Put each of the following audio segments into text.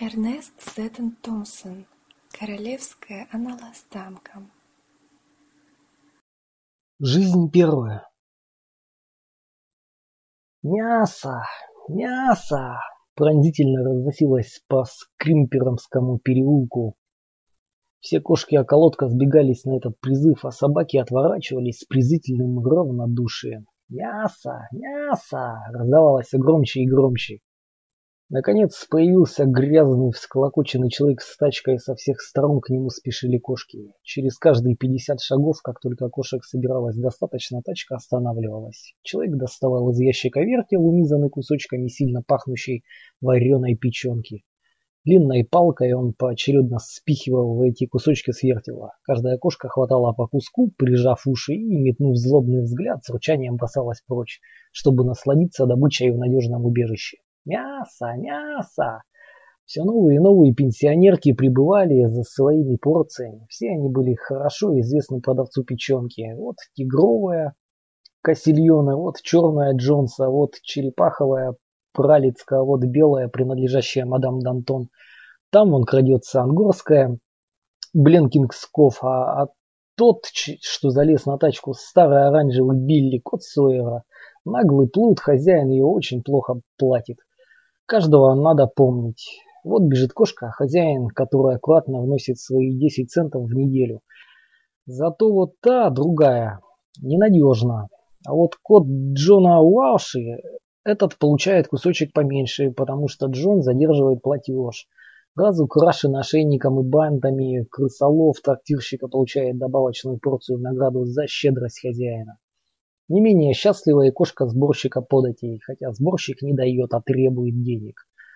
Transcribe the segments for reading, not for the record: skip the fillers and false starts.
Эрнест Сеттон Томпсон. Королевская аналостанка. Жизнь первая. Мясо! Мясо! Пронзительно разносилось по Скримперомскому переулку. Все кошки-околотка сбегались на этот призыв, а собаки отворачивались с презрительным равнодушием. «Мясо! Мясо!» раздавалось все громче и громче. Наконец появился грязный, всколокоченный человек с тачкой, со всех сторон к нему спешили кошки. Через каждые 50 шагов, как только кошек собиралось достаточно, тачка останавливалась. Человек доставал из ящика вертел, унизанный кусочками сильно пахнущей вареной печенки. Длинной палкой он поочередно спихивал в эти кусочки с вертела. Каждая кошка хватала по куску, прижав уши и, метнув злобный взгляд, с рычанием бросалась прочь, чтобы насладиться добычей в надежном убежище. Мясо, мясо! Все новые и новые пенсионерки прибывали за своими порциями. Все они были хорошо известны продавцу печенки. Вот тигровая Кассильона, вот черная Джонса, вот черепаховая Пралицкая, вот белая, принадлежащая мадам Дантон. Там вон крадется ангорская Бленкингсков, а тот, что залез на тачку, старый оранжевый Билли, кот Сойера. Наглый плут, хозяин ее очень плохо платит. Каждого надо помнить. Вот бежит кошка, а хозяин, который аккуратно вносит свои 10 центов в неделю. Зато вот та, другая, ненадежна. А вот кот Джона Уалши, этот получает кусочек поменьше, потому что Джон задерживает платеж. Разукрашен ошейником и бантами, крысолов трактирщика получает добавочную порцию в награду за щедрость хозяина. Не менее счастливая и кошка сборщика податей, хотя сборщик не дает, а требует денег.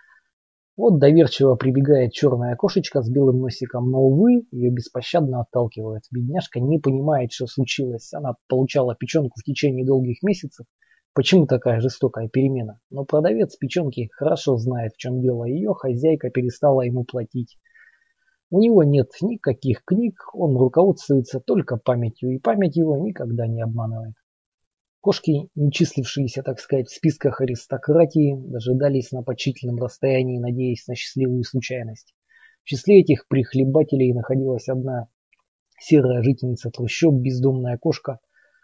Вот доверчиво прибегает черная кошечка с белым носиком, но, увы, ее беспощадно отталкивают. Бедняжка не понимает, что случилось. Она получала печенку в течение долгих месяцев. Почему такая жестокая перемена? Но продавец печенки хорошо знает, в чем дело. Ее хозяйка перестала ему платить. У него нет никаких книг, он руководствуется только памятью, и память его никогда не обманывает. Кошки, не числившиеся, так сказать, в списках аристократии, дожидались на почтительном расстоянии, надеясь на счастливую случайность. В числе этих прихлебателей находилась одна серая жительница трущоб, бездомная кошка,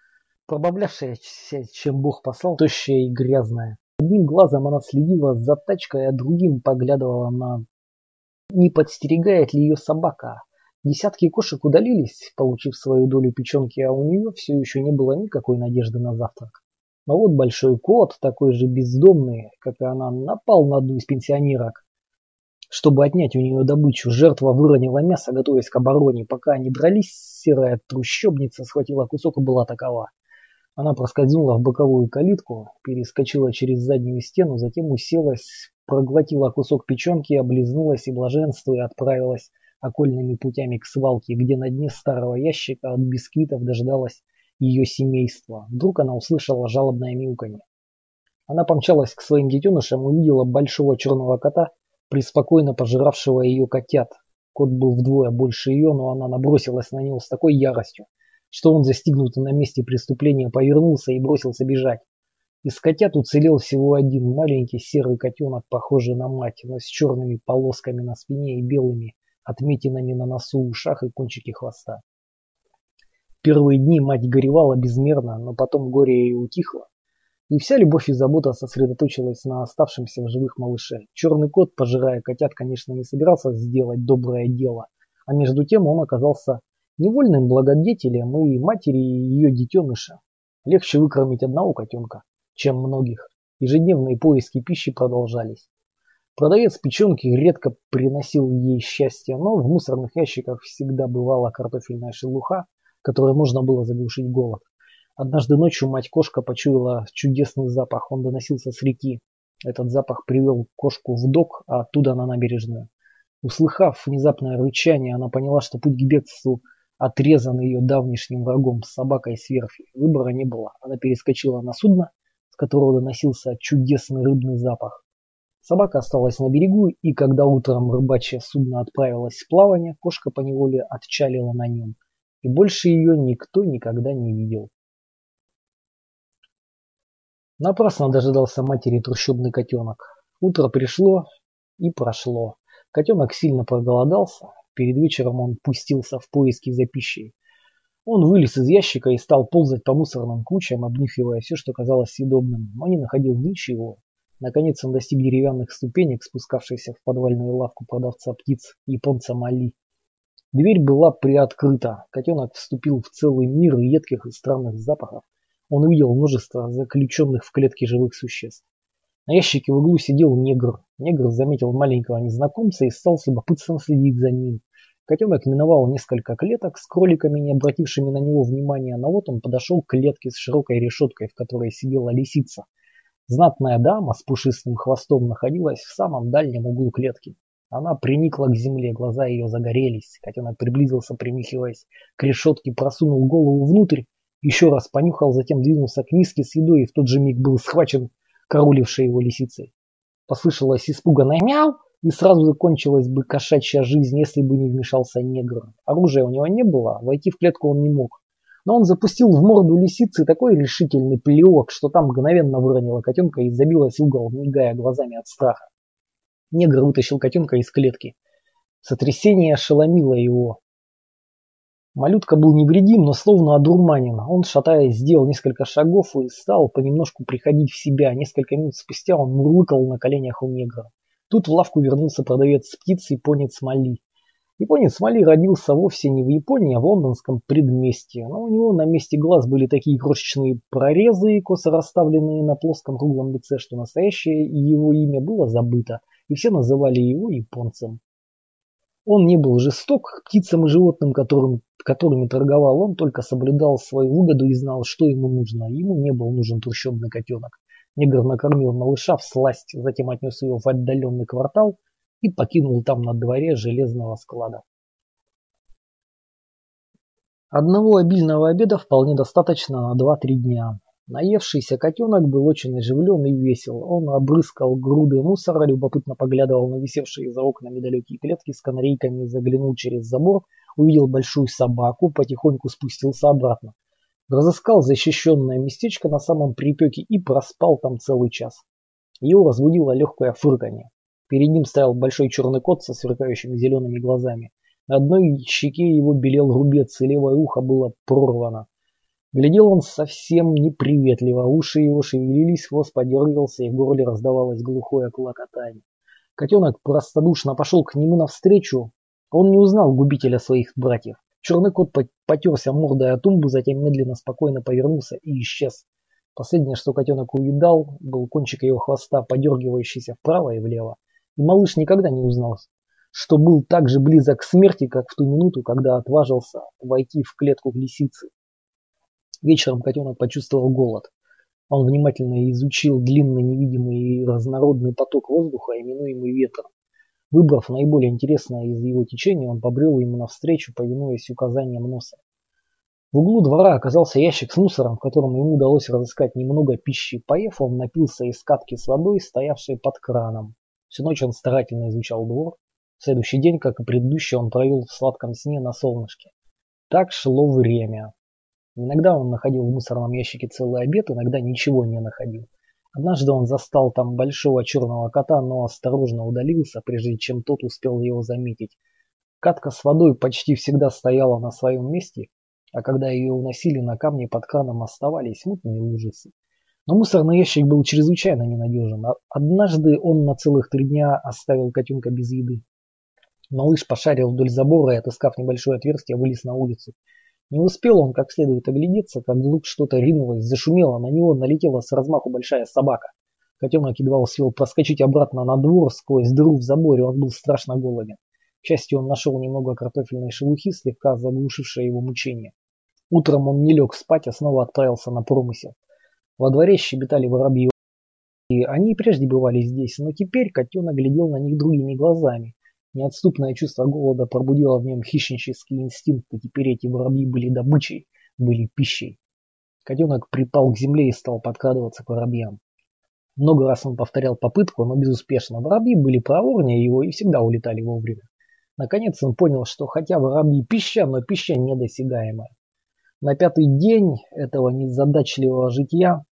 пробавлявшаяся, чем Бог послал, тощая и грязная. Одним глазом она следила за тачкой, а другим поглядывала на, не подстерегает ли ее собака. Десятки кошек удалились, получив свою долю печенки, а у нее все еще не было никакой надежды на завтрак. Но вот большой кот, такой же бездомный, как и она, напал на одну из пенсионерок, чтобы отнять у нее добычу. Жертва выронила мясо, готовясь к обороне. Пока они дрались, серая трущобница схватила кусок и была такова. Она проскользнула в боковую калитку, перескочила через заднюю стену, затем уселась, проглотила кусок печенки, облизнулась и, блаженствуя, отправилась окольными путями к свалке, где на дне старого ящика от бисквитов дожидалось ее семейство. Вдруг она услышала жалобное мяуканье. Она помчалась к своим детенышам и увидела большого черного кота, преспокойно пожиравшего ее котят. Кот был вдвое больше ее, но она набросилась на него с такой яростью, что он, застигнутый на месте преступления, повернулся и бросился бежать. Из котят уцелел всего один маленький серый котенок, похожий на мать, но с черными полосками на спине и белыми отметинами на носу, ушах и кончике хвоста. В первые дни мать горевала безмерно, но потом горе ее утихло, и вся любовь и забота сосредоточилась на оставшемся в живых малыше. Черный кот, пожирая котят, конечно, не собирался сделать доброе дело, а между тем он оказался невольным благодетелем и матери и ее детеныша. Легче выкормить одного котенка, чем многих. Ежедневные поиски пищи продолжались. Продавец печенки редко приносил ей счастье, но в мусорных ящиках всегда бывала картофельная шелуха, которой можно было заглушить голод. Однажды ночью мать-кошка почуяла чудесный запах, он доносился с реки. Этот запах привел кошку в док, а оттуда на набережную. Услыхав внезапное рычание, она поняла, что путь к бегству отрезан ее давнишним врагом, собакой с верфи. Выбора не было. Она перескочила на судно, с которого доносился чудесный рыбный запах. Собака осталась на берегу, и когда утром рыбачье судно отправилось в плавание, кошка поневоле отчалила на нем, и больше ее никто никогда не видел. Напрасно дожидался матери трущобный котенок. Утро пришло и прошло. Котенок сильно проголодался. Перед вечером он пустился в поиски за пищей. Он вылез из ящика и стал ползать по мусорным кучам, обнюхивая все, что казалось съедобным, но не находил ничего. Наконец он достиг деревянных ступенек, спускавшихся в подвальную лавку продавца птиц, японца Мали. Дверь была приоткрыта. Котенок вступил в целый мир едких и странных запахов. Он увидел множество заключенных в клетке живых существ. На ящике в углу сидел негр. Негр заметил маленького незнакомца и стал с любопытством следить за ним. Котенок миновал несколько клеток с кроликами, не обратившими на него внимания, но вот он подошел к клетке с широкой решеткой, в которой сидела лисица. Знатная дама с пушистым хвостом находилась в самом дальнем углу клетки. Она приникла к земле, глаза ее загорелись. Котенок приблизился, принюхиваясь к решетке, просунул голову внутрь, еще раз понюхал, затем двинулся к миске с едой и в тот же миг был схвачен караулившей его лисицей. Послышалось испуганное мяу, и сразу закончилась бы кошачья жизнь, если бы не вмешался негр. Оружия у него не было, войти в клетку он не мог. Но он запустил в морду лисицы такой решительный плевок, что там мгновенно выронила котенка и забилась в угол, мигая глазами от страха. Негр вытащил котенка из клетки. Сотрясение ошеломило его. Малютка был невредим, но словно одурманен. Он, шатаясь, сделал несколько шагов и стал понемножку приходить в себя. Несколько минут спустя он мурлыкал на коленях у негра. Тут в лавку вернулся продавец птиц, японец Мали. Японец Мали родился вовсе не в Японии, а в лондонском предместье. Но у него на месте глаз были такие крошечные прорезы, косо расставленные на плоском круглом лице, что настоящее его имя было забыто, и все называли его японцем. Он не был жесток к птицам и животным, которыми торговал, он только соблюдал свою выгоду и знал, что ему нужно. Ему не был нужен трущобный котенок. Негр накормил малыша всласть, затем отнес его в отдаленный квартал и покинул там на дворе железного склада. Одного обильного обеда вполне достаточно на 2-3 дня. Наевшийся котенок был очень оживлен и весел. Он обрыскал груды мусора, любопытно поглядывал на висевшие за окнами далекие клетки с канарейками, заглянул через забор, увидел большую собаку, потихоньку спустился обратно. Разыскал защищенное местечко на самом припеке и проспал там целый час. Его разбудило легкое фырканье. Перед ним стоял большой черный кот со сверкающими зелеными глазами. На одной щеке его белел рубец, и левое ухо было прорвано. Глядел он совсем неприветливо, уши его шевелились, хвост подергивался, и в горле раздавалось глухое клокотание. Котенок простодушно пошел к нему навстречу. Он не узнал губителя своих братьев. Черный кот потерся мордой о тумбу, затем медленно, спокойно повернулся и исчез. Последнее, что котенок увидал, был кончик его хвоста, подергивающийся вправо и влево. И малыш никогда не узнал, что был так же близок к смерти, как в ту минуту, когда отважился войти в клетку лисицы. Вечером котенок почувствовал голод. Он внимательно изучил длинный невидимый и разнородный поток воздуха, именуемый ветром. Выбрав наиболее интересное из его течения, он побрел ему навстречу, повинуясь указаниям носа. В углу двора оказался ящик с мусором, в котором ему удалось разыскать немного пищи. Поев, он напился из катки с водой, стоявшей под краном. Всю ночь он старательно изучал двор. В следующий день, как и предыдущий, он провел в сладком сне на солнышке. Так шло время. Иногда он находил в мусорном ящике целый обед, иногда ничего не находил. Однажды он застал там большого черного кота, но осторожно удалился, прежде чем тот успел его заметить. Катка с водой почти всегда стояла на своем месте, а когда ее уносили, на камне под краном оставались мутные лужицы. Но мусорный ящик был чрезвычайно ненадежен. Однажды он на целых 3 дня оставил котенка без еды. Малыш пошарил вдоль забора и, отыскав небольшое отверстие, вылез на улицу. Не успел он как следует оглядеться, как вдруг что-то ринулось, зашумело, на него налетела с размаху большая собака. Котенок едва успел проскочить обратно на двор сквозь дыру в заборе, он был страшно голоден. К счастью, он нашел немного картофельной шелухи, слегка заглушившей его мучения. Утром он не лег спать, а снова отправился на промысел. Во дворе щебетали воробьи, и они и прежде бывали здесь, но теперь котенок глядел на них другими глазами. Неотступное чувство голода пробудило в нем хищнический инстинкт, и теперь эти воробьи были добычей, были пищей. Котенок припал к земле и стал подкрадываться к воробьям. Много раз он повторял попытку, но безуспешно. Воробьи были проворнее его и всегда улетали вовремя. Наконец он понял, что хотя воробьи пища, но пища недосягаемая. На 5-й день этого незадачливого житья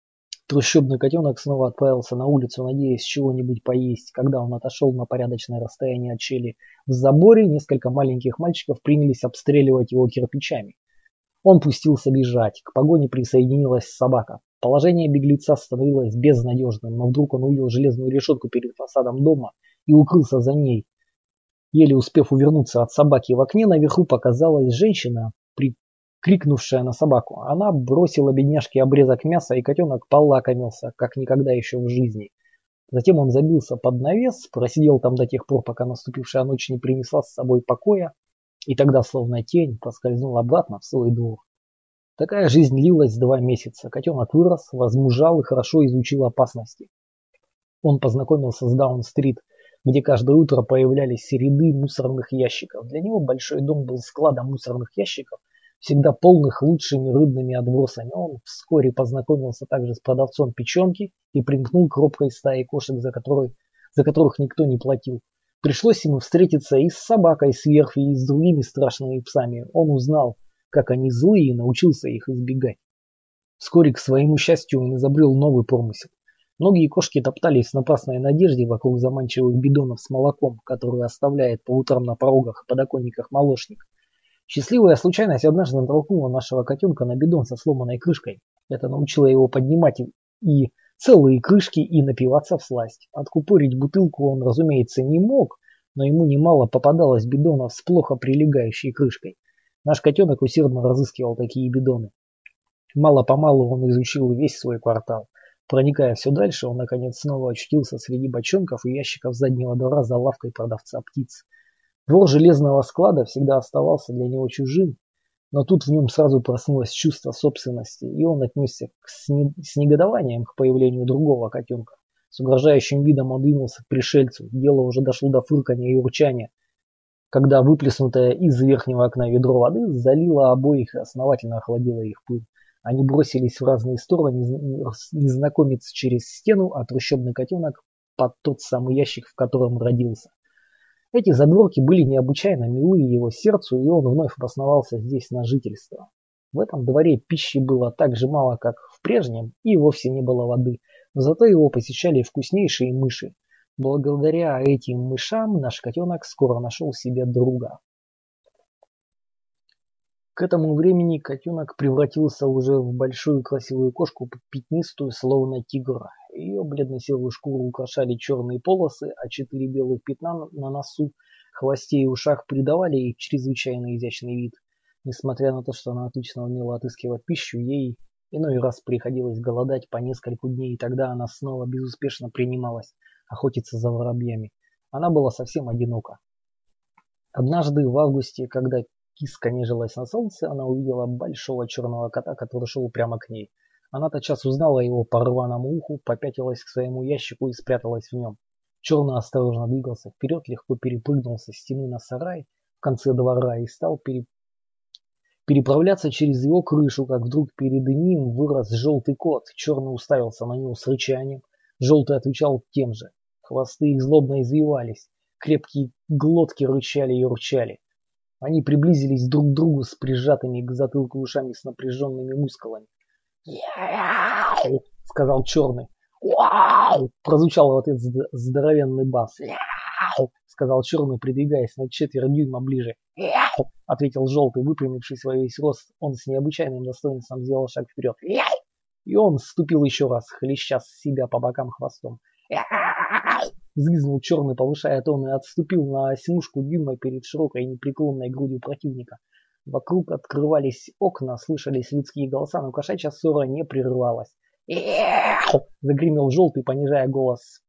Трущобный котенок снова отправился на улицу, надеясь чего-нибудь поесть. Когда он отошел на порядочное расстояние от щели в заборе, несколько маленьких мальчиков принялись обстреливать его кирпичами. Он пустился бежать. К погоне присоединилась собака. Положение беглеца становилось безнадежным, но вдруг он увидел железную решетку перед фасадом дома и укрылся за ней. Еле успев увернуться от собаки, в окне наверху показалась женщина, крикнувшая на собаку. Она бросила бедняжке обрезок мяса, и котенок полакомился, как никогда еще в жизни. Затем он забился под навес, просидел там до тех пор, пока наступившая ночь не принесла с собой покоя, и тогда, словно тень, проскользнул обратно в свой двор. Такая жизнь длилась 2 месяца. Котенок вырос, возмужал и хорошо изучил опасности. Он познакомился с Даун-стрит, где каждое утро появлялись ряды мусорных ящиков. Для него большой дом был складом мусорных ящиков, всегда полных лучшими рыбными отбросами. Он вскоре познакомился также с продавцом печенки и примкнул к робкой стае кошек, за которых никто не платил. Пришлось ему встретиться и с собакой с верфи, и с другими страшными псами. Он узнал, как они злые, и научился их избегать. Вскоре, к своему счастью, он изобрел новый промысел. Многие кошки топтались в напрасной надежде вокруг заманчивых бидонов с молоком, которые оставляет по утрам на порогах и подоконниках молочник. Счастливая случайность однажды натолкнула нашего котенка на бидон со сломанной крышкой. Это научило его поднимать и целые крышки и напиваться всласть. Откупорить бутылку он, разумеется, не мог, но ему немало попадалось бидонов с плохо прилегающей крышкой. Наш котенок усердно разыскивал такие бидоны. Мало-помалу он изучил весь свой квартал. Проникая все дальше, он наконец снова очутился среди бочонков и ящиков заднего двора за лавкой продавца птиц. Двор железного склада всегда оставался для него чужим, но тут в нем сразу проснулось чувство собственности, и он отнесся с негодованием к появлению другого котенка. С угрожающим видом он двинулся к пришельцу. Дело уже дошло до фырканья и урчания, когда выплеснутое из верхнего окна ведро воды залило обоих и основательно охладило их пыл. Они бросились в разные стороны, незнакомец через стену, а трущобный котенок под тот самый ящик, в котором родился. Эти задворки были необычайно милы его сердцу, и он вновь обосновался здесь на жительство. В этом дворе пищи было так же мало, как в прежнем, и вовсе не было воды, но зато его посещали вкуснейшие мыши. Благодаря этим мышам наш котенок скоро нашел себе друга. К этому времени котенок превратился уже в большую красивую кошку, пятнистую, словно тигр. Ее бледно-серую шкуру украшали черные полосы, а 4 белых пятна на носу, хвосте и ушах придавали ей чрезвычайно изящный вид. Несмотря на то, что она отлично умела отыскивать пищу, ей иной раз приходилось голодать по нескольку дней, и тогда она снова безуспешно принималась охотиться за воробьями. Она была совсем одинока. Однажды в августе, когда киска нежилась на солнце, она увидела большого черного кота, который шел прямо к ней. Она тотчас узнала его по рваному уху, попятилась к своему ящику и спряталась в нем. Черный осторожно двигался вперед, легко перепрыгнул со стены на сарай в конце двора и стал переправляться через его крышу, как вдруг перед ним вырос желтый кот. Черный уставился на него с рычанием. Желтый отвечал тем же. Хвосты их злобно извивались, крепкие глотки рычали и урчали. Они приблизились друг к другу с прижатыми к затылку ушами с напряженными мускулами. «Яу!» — сказал черный. «Вау!» — прозвучал в ответ здоровенный бас. «Яу!» — сказал черный, придвигаясь на 4 дюйма ближе. «Яу!» — ответил желтый, выпрямившись во весь рост. Он с необычайным достоинством сделал шаг вперед. «Яу!» И он вступил еще раз, хлеща себя по бокам хвостом. «Яу!» — взвизгнул черный, повышая тон, и отступил на 7 дюйма перед широкой и непреклонной грудью противника. Вокруг открывались окна, слышались людские голоса, но кошачья ссора не прерывалась. «Яу!» — загремел желтый, понижая голос.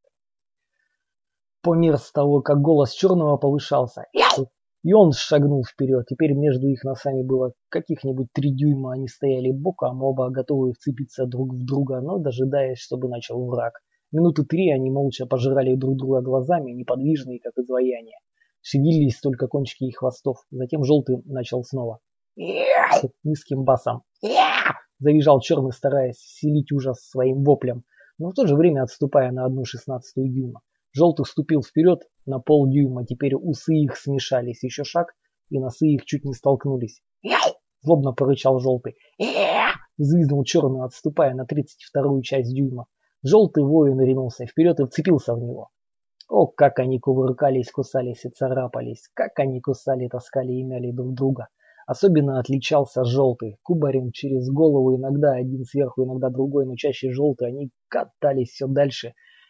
По мере того, как голос черного повышался. «Яу!» И он шагнул вперед. Теперь между их носами было каких-нибудь 3 дюйма. Они стояли боком, оба готовые вцепиться друг в друга, но дожидаясь, чтобы начал враг. Минуты 3 они молча пожирали друг друга глазами, неподвижные, как изваяния. Шевелились только кончики их хвостов. Затем желтый начал снова. «Яу!» Низким басом. «Яу!» Завизжал черный, стараясь вселить ужас своим воплем, но в то же время отступая на 1/16 дюйма. Желтый вступил вперед на полдюйма. Теперь усы их смешались. Еще шаг, и носы их чуть не столкнулись. «Яу!» Злобно порычал желтый. «Яу!» Взвизгнул черный, отступая на 32-ю часть дюйма. Желтый воин ринулся вперед и вцепился в него. О, как они кувыркались, кусались и царапались, как они кусали, таскали и мяли друг друга. Особенно отличался желтый. Кубарем через голову, иногда один сверху, иногда другой, но чаще желтый. Они катились все дальше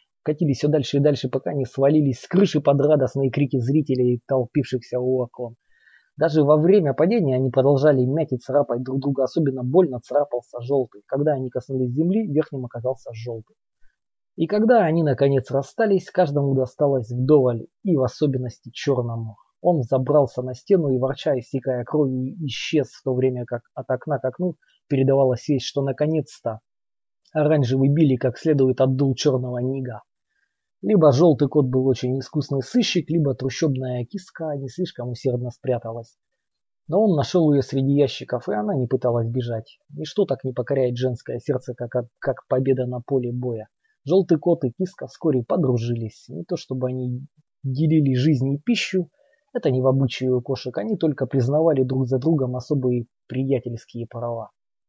и дальше, пока не свалились с крыши под радостные крики зрителей, толпившихся у окон. Даже во время падения они продолжали мять и царапать друг друга. Особенно больно царапался желтый. Когда они коснулись земли, верхним оказался желтый. И когда они наконец расстались, каждому досталось вдоволь, и в особенности черному. Он забрался на стену и, ворча, истекая кровью, исчез, в то время как от окна к окну передавалась весть, что наконец-то оранжевый Билли как следует отдул черного Нига. Либо желтый кот был очень искусный сыщик, либо трущобная киска не слишком усердно спряталась. Но он нашел ее среди ящиков, и она не пыталась бежать. Ничто так не покоряет женское сердце, как победа на поле боя. Желтый кот и киска вскоре подружились. Не то чтобы они делили жизнь и пищу, это не в обычае у кошек, они только признавали друг за другом особые приятельские права.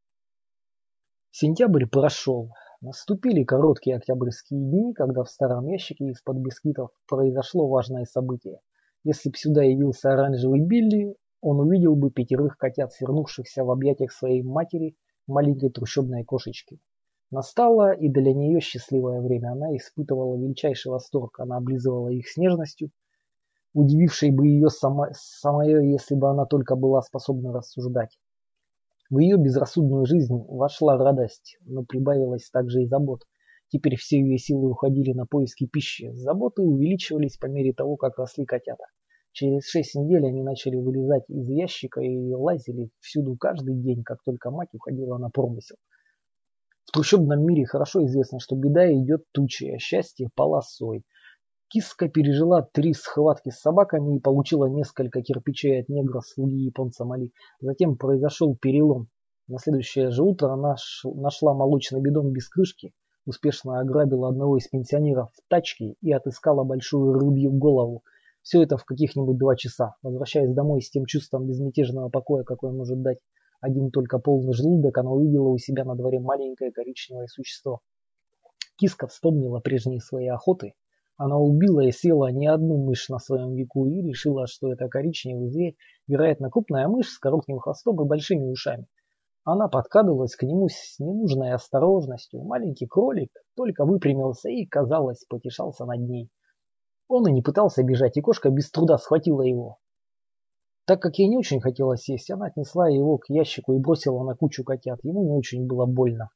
Сентябрь прошел. Наступили короткие октябрьские дни, когда в старом ящике из-под бисквитов произошло важное событие. Если б сюда явился оранжевый Билли, он увидел бы 5 котят, свернувшихся в объятиях своей матери, маленькой трущобной кошечки. Настало и для нее счастливое время. Она испытывала величайший восторг. Она облизывала их с нежностью, удивившей бы ее самое, если бы она только была способна рассуждать. В ее безрассудную жизнь вошла радость, но прибавилось также и забот. Теперь все ее силы уходили на поиски пищи. Заботы увеличивались по мере того, как росли котята. Через 6 недель они начали вылезать из ящика и лазили всюду каждый день, как только мать уходила на промысел. В трущобном мире хорошо известно, что беда идет тучей, а счастье полосой. Киска пережила 3 схватки с собаками и получила несколько кирпичей от негра, слуги японца Мали. Затем произошел перелом. На следующее же утро она нашла молочный бидон без крышки, успешно ограбила одного из пенсионеров в тачке и отыскала большую рыбью голову. Все это в каких-нибудь 2 часа. Возвращаясь домой с тем чувством безмятежного покоя, какой может дать один только полный желудок, она увидела у себя на дворе маленькое коричневое существо. Киска вспомнила прежние свои охоты. Она убила и съела не одну мышь на своем веку и решила, что это коричневый зверь, вероятно, крупная мышь с коротким хвостом и большими ушами. Она подкрадывалась к нему с ненужной осторожностью. Маленький кролик только выпрямился и, казалось, потешался над ней. Он и не пытался бежать, и кошка без труда схватила его. Так как ей не очень хотелось есть, она отнесла его к ящику и бросила на кучу котят. Ему не очень было больно.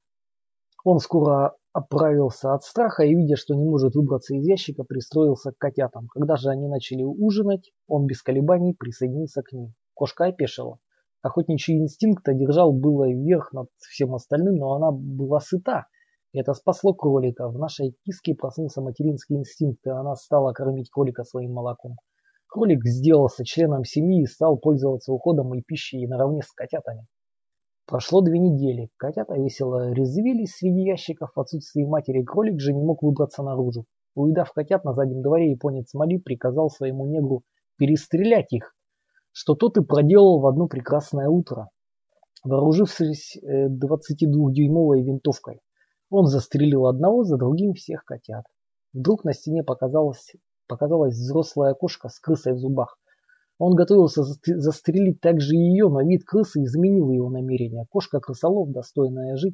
Он скоро оправился от страха и, видя, что не может выбраться из ящика, пристроился к котятам. Когда же они начали ужинать, он без колебаний присоединился к ним. Кошка опешила. Охотничий инстинкт одержал было верх над всем остальным, но она была сыта. И это спасло кролика. В нашей киске проснулся материнский инстинкт, и она стала кормить кролика своим молоком. Кролик сделался членом семьи и стал пользоваться уходом и пищей наравне с котятами. Прошло 2 недели. Котята весело резвились среди ящиков. В отсутствии матери кролик же не мог выбраться наружу. Увидав котят на заднем дворе, японец Мали приказал своему негру перестрелять их, что тот и проделал в одно прекрасное утро, вооружившись 22-дюймовой винтовкой. Он застрелил одного за другим всех котят. Вдруг на стене показалась взрослая кошка с крысой в зубах. Он готовился застрелить также ее, но вид крысы изменил его намерение. Кошка-крысолов, достойная жить.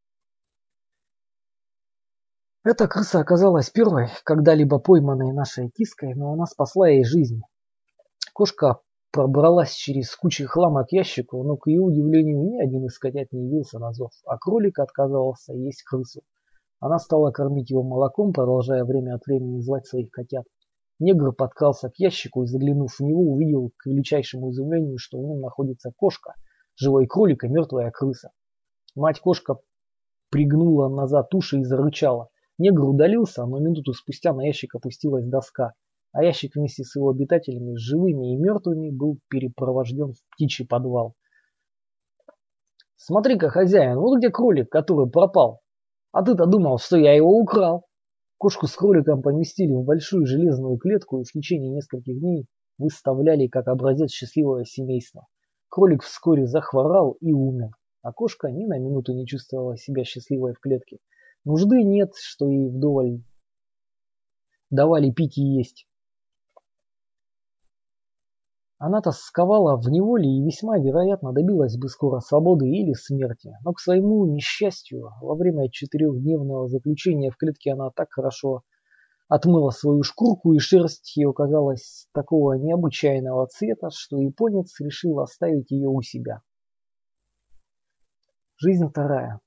Эта крыса оказалась первой, когда-либо пойманной нашей киской, но она спасла ей жизнь. Кошка пробралась через кучу хлама к ящику, но, к ее удивлению, ни один из котят не явился на зов, а кролик отказывался есть крысу. Она стала кормить его молоком, продолжая время от времени звать своих котят. Негр подкрался к ящику и, заглянув в него, увидел к величайшему изумлению, что в нем находится кошка, живой кролик и мертвая крыса. Мать-кошка пригнула назад уши и зарычала. Негр удалился, но минуту спустя на ящик опустилась доска, а ящик вместе с его обитателями, живыми и мертвыми, был перепровожден в птичий подвал. «Смотри-ка, хозяин, вот где кролик, который пропал. А ты-то думал, что я его украл». Кошку с кроликом поместили в большую железную клетку и в течение нескольких дней выставляли как образец счастливого семейства. Кролик вскоре захворал и умер. А кошка ни на минуту не чувствовала себя счастливой в клетке. Нужды нет, что ей вдоволь давали пить и есть. Она тосковала в неволе и весьма вероятно добилась бы скоро свободы или смерти. Но к своему несчастью, во время 4-дневного заключения в клетке она так хорошо отмыла свою шкурку, и шерсть ее казалась такого необычайного цвета, что японец решил оставить ее у себя. Жизнь вторая.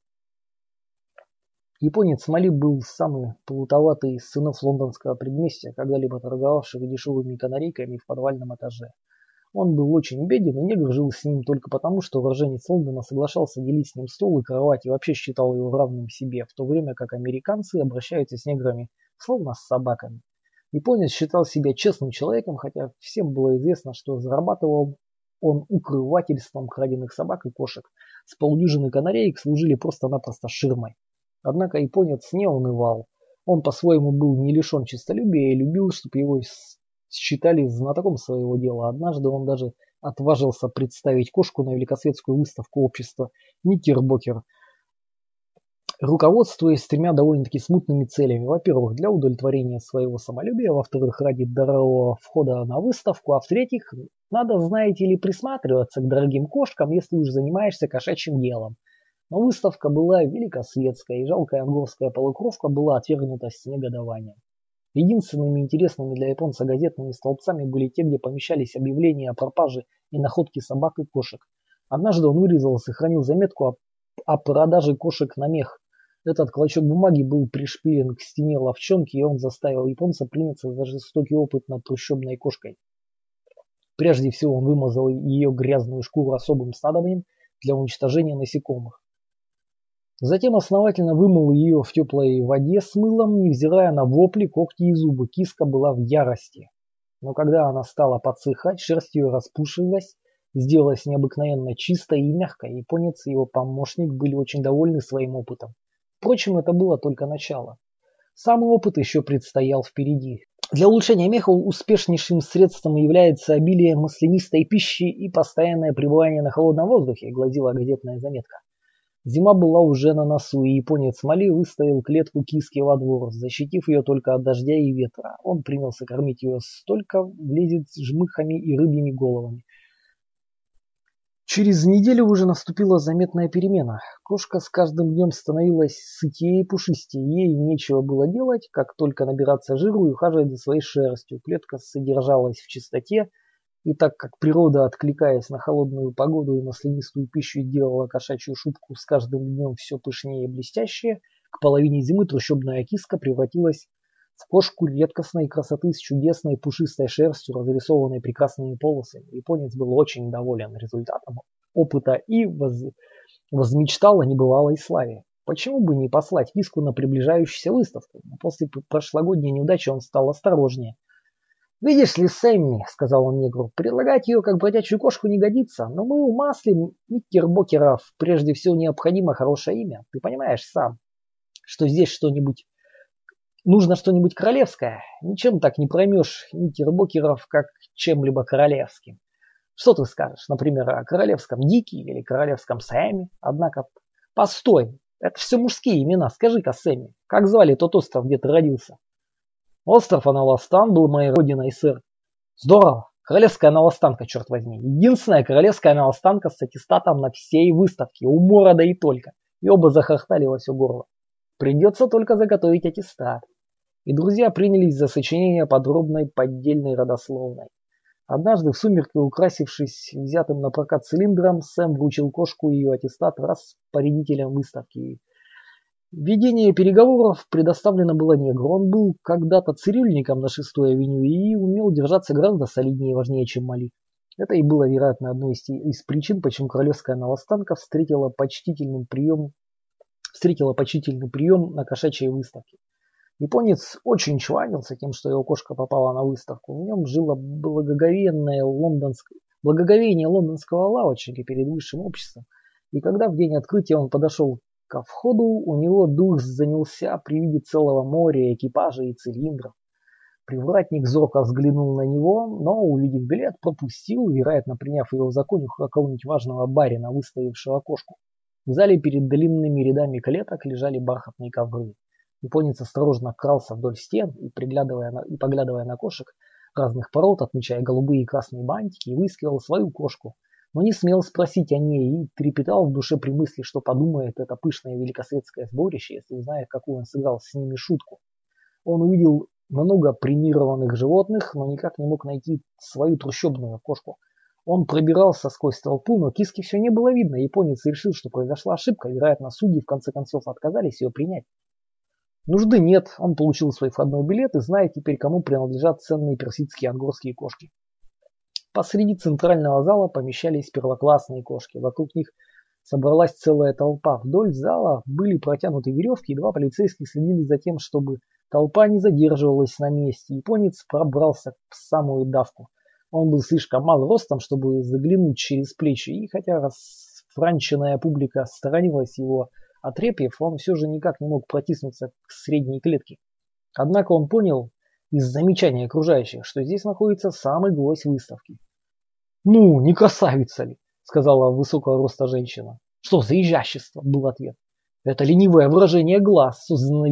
Японец Мали был самый плутоватый из сынов лондонского предместья, когда-либо торговавших дешевыми канарейками в подвальном этаже. Он был очень беден, и негр жил с ним только потому, что уроженец Лондона соглашался делить с ним стол и кровать и вообще считал его равным себе, в то время как американцы обращаются с неграми словно с собаками. Японец считал себя честным человеком, хотя всем было известно, что зарабатывал он укрывательством краденных собак и кошек. С полдюжины канареек служили просто-напросто ширмой. Однако японец не унывал. Он по-своему был не лишен честолюбия и любил, чтобы его считали знатоком своего дела. Однажды он даже отважился представить кошку на великосветскую выставку общества Никербокер, руководствуясь тремя довольно-таки смутными целями. Во-первых, для удовлетворения своего самолюбия, во-вторых, ради дорогого входа на выставку, а в-третьих, надо, знаете ли, присматриваться к дорогим кошкам, если уж занимаешься кошачьим делом. Но выставка была великосветская, и жалкая английская полукровка была отвергнута с негодованием. Единственными интересными для японца газетными столбцами были те, где помещались объявления о пропаже и находке собак и кошек. Однажды он вырезал и сохранил заметку о продаже кошек на мех. Этот клочок бумаги был пришпилен к стене ловчонки, и он заставил японца приняться за жестокий опыт над трущобной кошкой. Прежде всего он вымазал ее грязную шкуру особым снадобьем для уничтожения насекомых. Затем основательно вымыл ее в теплой воде с мылом, невзирая на вопли, когти и зубы. Киска была в ярости. Но когда она стала подсыхать, шерсть ее распушилась, сделалась необыкновенно чистой и мягкой. Японец и его помощник были очень довольны своим опытом. Впрочем, это было только начало. Самый опыт еще предстоял впереди. Для улучшения меха успешнейшим средством является обилие маслянистой пищи и постоянное пребывание на холодном воздухе, гласила газетная заметка. Зима была уже на носу, и японец Мали выставил клетку киски во двор, защитив ее только от дождя и ветра. Он принялся кормить ее столько влезет с жмыхами и рыбьими головами. Через неделю уже наступила заметная перемена. Кошка с каждым днем становилась сытее и пушистее. Ей нечего было делать, как только набираться жиру и ухаживать за своей шерстью. Клетка содержалась в чистоте, и так как природа, откликаясь на холодную погоду и маслянистую пищу, делала кошачью шубку с каждым днем все пышнее и блестящее, к половине зимы трущобная киска превратилась в кошку редкостной красоты с чудесной пушистой шерстью, разрисованной прекрасными полосами. Японец был очень доволен результатом опыта и возмечтал о небывалой славе. Почему бы не послать киску на приближающуюся выставку? После прошлогодней неудачи он стал осторожнее. «Видишь ли, Сэмми, — сказал он негру, — предлагать ее как бродячую кошку не годится, но мы умаслим никербокеров. Прежде всего необходимо хорошее имя. Ты понимаешь сам, что здесь нужно что-нибудь королевское. Ничем так не проймешь никербокеров, как чем-либо королевским. Что ты скажешь, например, о королевском Дике или королевском Сэмми? Однако, постой, это все мужские имена. Скажи-ка, Сэмми, как звали тот остров, где ты родился?» «Остров Аналастан был моей родиной, сэр». «Здорово! Королевская Аналастанка, черт возьми. Единственная королевская Аналастанка с аттестатом на всей выставке. Умора да и только». И оба захохотали во все горло. «Придется только заготовить аттестат». И друзья принялись за сочинение подробной поддельной родословной. Однажды в сумерки, украсившись взятым на прокат цилиндром, Сэм вручил кошку ее аттестат распорядителям выставки. Ведение переговоров предоставлено было негру. Он был когда-то цирюльником на 6-й авеню и умел держаться гораздо солиднее и важнее, чем Мали. Это и было, вероятно, одной из причин, почему королевская Аналастанка встретила почтительный прием на кошачьей выставке. Японец очень чванился тем, что его кошка попала на выставку. В нем жило благоговение лондонского лавочника перед высшим обществом. И когда в день открытия он подошел ко входу, у него дух занялся при виде целого моря экипажей и цилиндров. Привратник зорко взглянул на него, но, увидев билет, пропустил, вероятно, приняв его в законе какого-нибудь важного барина, выставившего кошку. В зале перед длинными рядами клеток лежали бархатные ковры. Японец осторожно крался вдоль стен и, поглядывая на кошек разных пород, отмечая голубые и красные бантики, и выискивал свою кошку, но не смел спросить о ней и трепетал в душе при мысли, что подумает это пышное великосветское сборище, если узнает, какую он сыграл с ними шутку. Он увидел много премированных животных, но никак не мог найти свою трущобную кошку. Он пробирался сквозь толпу, но киски все не было видно. Японец решил, что произошла ошибка. Вероятно, судьи в конце концов отказались ее принять. Нужды нет, он получил свой входной билет и знает теперь, кому принадлежат ценные персидские ангорские кошки. Посреди центрального зала помещались первоклассные кошки. Вокруг них собралась целая толпа. Вдоль зала были протянуты веревки, и два полицейских следили за тем, чтобы толпа не задерживалась на месте. Японец пробрался в самую давку. Он был слишком мал ростом, чтобы заглянуть через плечи, и хотя расфранченная публика сторонилась его отрепьев, он все же никак не мог протиснуться к средней клетке. Однако он понял из замечаний окружающих, что здесь находится самый гвоздь выставки. «Ну, не красавица ли?» — сказала высокого роста женщина. «Что за изящество?» — был ответ. «Это ленивое выражение глаз, созданное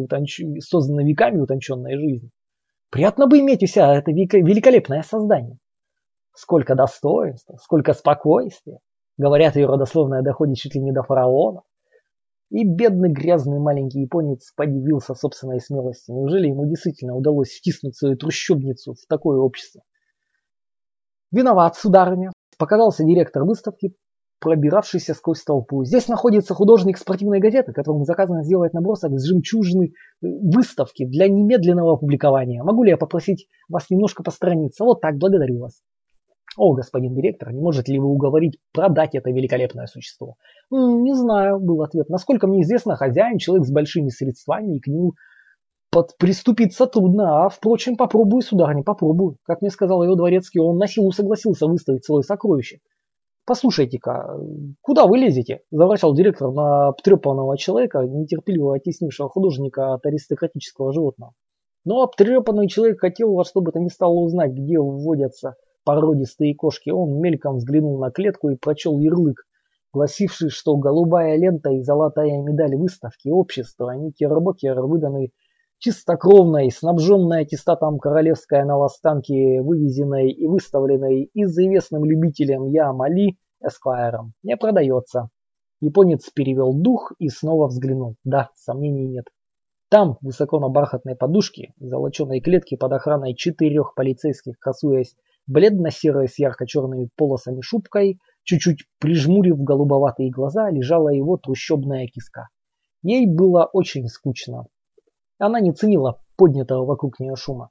веками утонченной жизни. Приятно бы иметь у себя это великолепное создание. Сколько достоинства, сколько спокойствия. Говорят, ее родословная доходит чуть ли не до фараона». И бедный грязный маленький японец подивился собственной смелости. Неужели ему действительно удалось втиснуть свою трущобницу в такое общество? «Виноват, сударыня», — показался директор выставки, пробиравшийся сквозь толпу. «Здесь находится художник спортивной газеты, которому заказано сделать набросок с жемчужины выставки для немедленного опубликования. Могу ли я попросить вас немножко посторониться? Вот так, благодарю вас». «О, господин директор, не можете ли вы уговорить продать это великолепное существо?» «Не знаю», — был ответ. «Насколько мне известно, хозяин, человек с большими средствами, и к нему приступиться трудно. А, впрочем, попробую, сударыня, попробую. Как мне сказал его дворецкий, он на силу согласился выставить свое сокровище». «Послушайте-ка, куда вы лезете?» — заворчал директор на обтрепанного человека, нетерпеливо оттеснившего художника от аристократического животного. Но обтрепанный человек хотел во что бы то ни стало узнать, где вводятся породистые кошки. Он мельком взглянул на клетку и прочел ярлык, гласивший, что голубая лента и золотая медаль выставки общества Никербокер, выданный чистокровной, снабженной аттестатом королевской аналостанки, вывезенной и выставленной известным любителем Ямали Эсквайром, не продается. Японец перевел дух и снова взглянул. Да, сомнений нет. Там, высоко на бархатной подушке, в золоченой клетке под охраной 4 полицейских, красуясь бледно-серой с ярко-черными полосами шубкой, чуть-чуть прижмурив голубоватые глаза, лежала его трущобная киска. Ей было очень скучно. Она не ценила поднятого вокруг нее шума.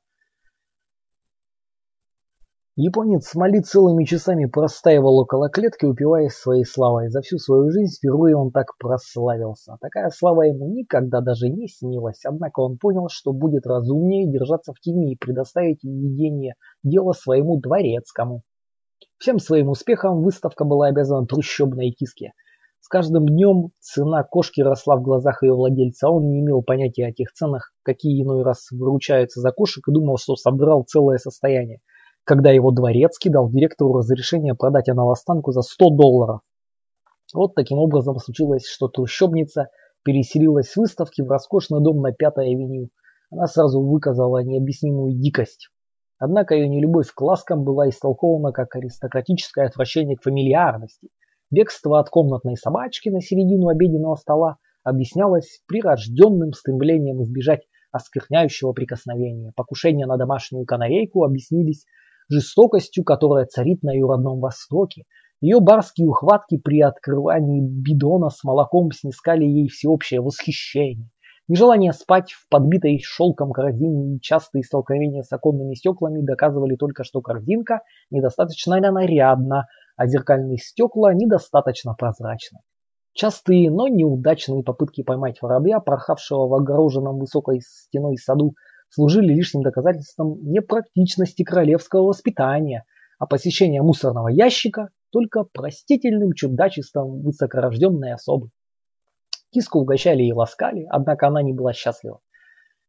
Японец Мали целыми часами простаивал около клетки, упиваясь своей славой. За всю свою жизнь впервые он так прославился. Такая слава ему никогда даже не снилась. Однако он понял, что будет разумнее держаться в тени и предоставить ведение дела своему дворецкому. Всем своим успехом выставка была обязана трущобной киске. С каждым днем цена кошки росла в глазах ее владельца. Он не имел понятия о тех ценах, какие иной раз выручаются за кошек, и думал, что собрал целое состояние, когда его дворецкий дал директору разрешение продать аналостанку за $100. Вот таким образом случилось, что трущобница переселилась с выставки в роскошный дом на 5-й авеню. Она сразу выказала необъяснимую дикость. Однако ее нелюбовь к ласкам была истолкована как аристократическое отвращение к фамильярности. Бегство от комнатной собачки на середину обеденного стола объяснялось прирожденным стремлением избежать оскверняющего прикосновения. Покушения на домашнюю канарейку объяснились жестокостью, которая царит на ее родном Востоке. Ее барские ухватки при открывании бидона с молоком снискали ей всеобщее восхищение. Нежелание спать в подбитой шелком корзине и частые столкновения с оконными стеклами доказывали только, что корзинка недостаточно нарядна, а зеркальные стекла недостаточно прозрачны. Частые, но неудачные попытки поймать воробья, порхавшего в огороженном высокой стеной саду, служили лишним доказательством непрактичности королевского воспитания, а посещение мусорного ящика только простительным чудачеством высокорожденной особы. Киску угощали и ласкали, однако она не была счастлива.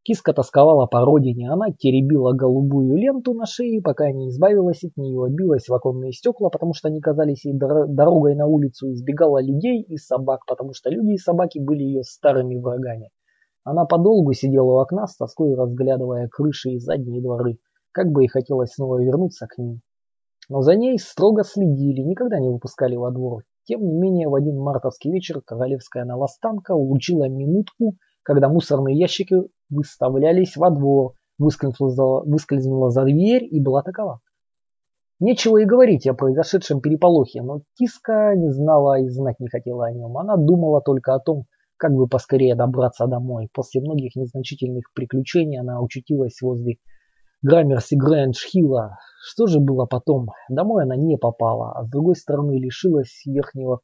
Киска тосковала по родине, она теребила голубую ленту на шее, пока не избавилась от нее, билась в оконные стекла, потому что они казались ей дорогой на улицу, избегала людей и собак, потому что люди и собаки были ее старыми врагами. Она подолгу сидела у окна, с тоской разглядывая крыши и задние дворы, как бы ей хотелось снова вернуться к ним. Но за ней строго следили, никогда не выпускали во двор. Тем не менее, в один мартовский вечер королевская наластанка улучила минутку, когда мусорные ящики выставлялись во двор, выскользнула за дверь и была такова. Нечего и говорить о произошедшем переполохе, но Киска не знала и знать не хотела о нем. Она думала только о том, как бы поскорее добраться домой. После многих незначительных приключений она очутилась возле Граммерси Грэндж-Хилла. Что же было потом? Домой она не попала, а с другой стороны лишилась верного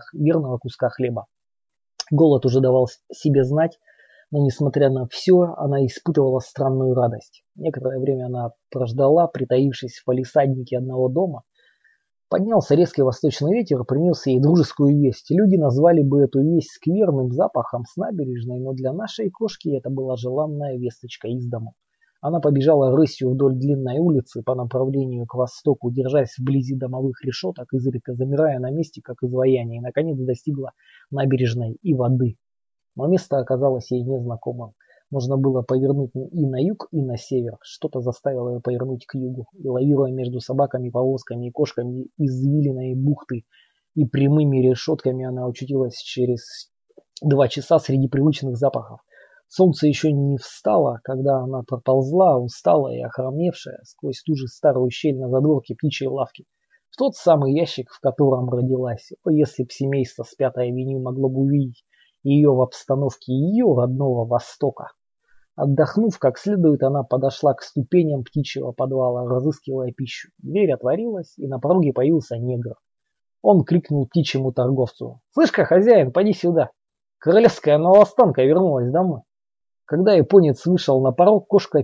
куска хлеба. Голод уже давал себе знать, но несмотря на все, она испытывала странную радость. Некоторое время она прождала, притаившись в палисаднике одного дома. Поднялся резкий восточный ветер, принес ей дружескую весть. Люди назвали бы эту весть скверным запахом с набережной, но для нашей кошки это была желанная весточка из дому. Она побежала рысью вдоль длинной улицы по направлению к востоку, держась вблизи домовых решеток, изредка замирая на месте, как изваяние, и наконец достигла набережной и воды. Но место оказалось ей незнакомым. Можно было повернуть и на юг, и на север. Что-то заставило ее повернуть к югу. И лавируя между собаками, повозками и кошками извилиной бухты и прямыми решетками, она очутилась через 2 часа среди привычных запахов. Солнце еще не встало, когда она проползла, усталая и охромевшая, сквозь ту же старую щель на задворке птичьей лавки, в тот самый ящик, в котором родилась. Если б семейство с Пятой авеню могло бы увидеть ее в обстановке ее родного Востока. Отдохнув как следует, она подошла к ступеням птичьего подвала, разыскивая пищу. Дверь отворилась, и на пороге появился негр. Он крикнул птичьему торговцу: «Слышь-ка, хозяин, поди сюда! Королевская наластанка вернулась домой». Когда японец вышел на порог, кошка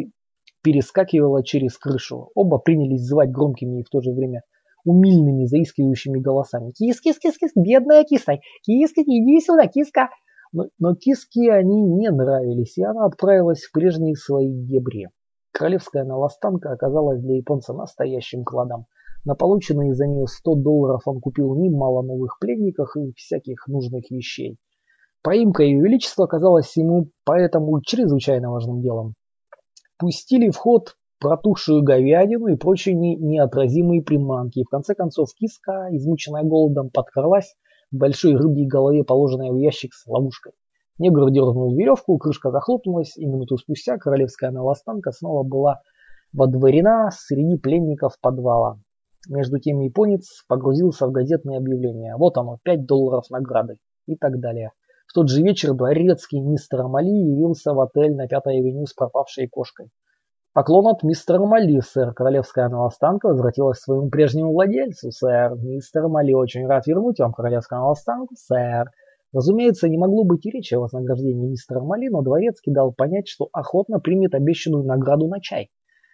перескакивала через крышу. Оба принялись звать громкими и в то же время умильными, заискивающими голосами: «Кис-кис-кис-кис, бедная киска! Киска, иди сюда, киска!» Но киске они не нравились, и она отправилась в прежние свои дебри. Королевская наластанка оказалась для японца настоящим кладом. На полученные за нее $100 он купил немало новых пленников и всяких нужных вещей. Поимка Ее Величества оказалась ему поэтому чрезвычайно важным делом. Пустили в ход протухшую говядину и прочие неотразимые приманки. И в конце концов киска, измученная голодом, подкралась к большой рыбьей голове, положенной в ящик с ловушкой. Негр дернул веревку, крышка захлопнулась, и минуту спустя королевская наластанка снова была водворена среди пленников подвала. Между тем японец погрузился в газетные объявления. Вот оно, $5 награды и так далее. В тот же вечер дворецкий мистер Мали явился в отель на Пятой авеню с пропавшей кошкой. «Поклон от мистера Мали, сэр. Королевская наластанка возвратилась к своему прежнему владельцу, сэр. Мистер Мали очень рад вернуть вам королевскую наластанку, сэр». Разумеется, не могло быть и речи о вознаграждении мистера Мали, но дворецкий дал понять, что охотно примет обещанную награду на чай.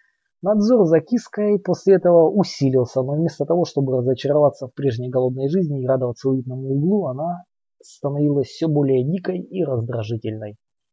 Надзор за киской после этого усилился, но вместо того, чтобы разочароваться в прежней голодной жизни и радоваться уютному углу, она становилась все более дикой и раздражительной.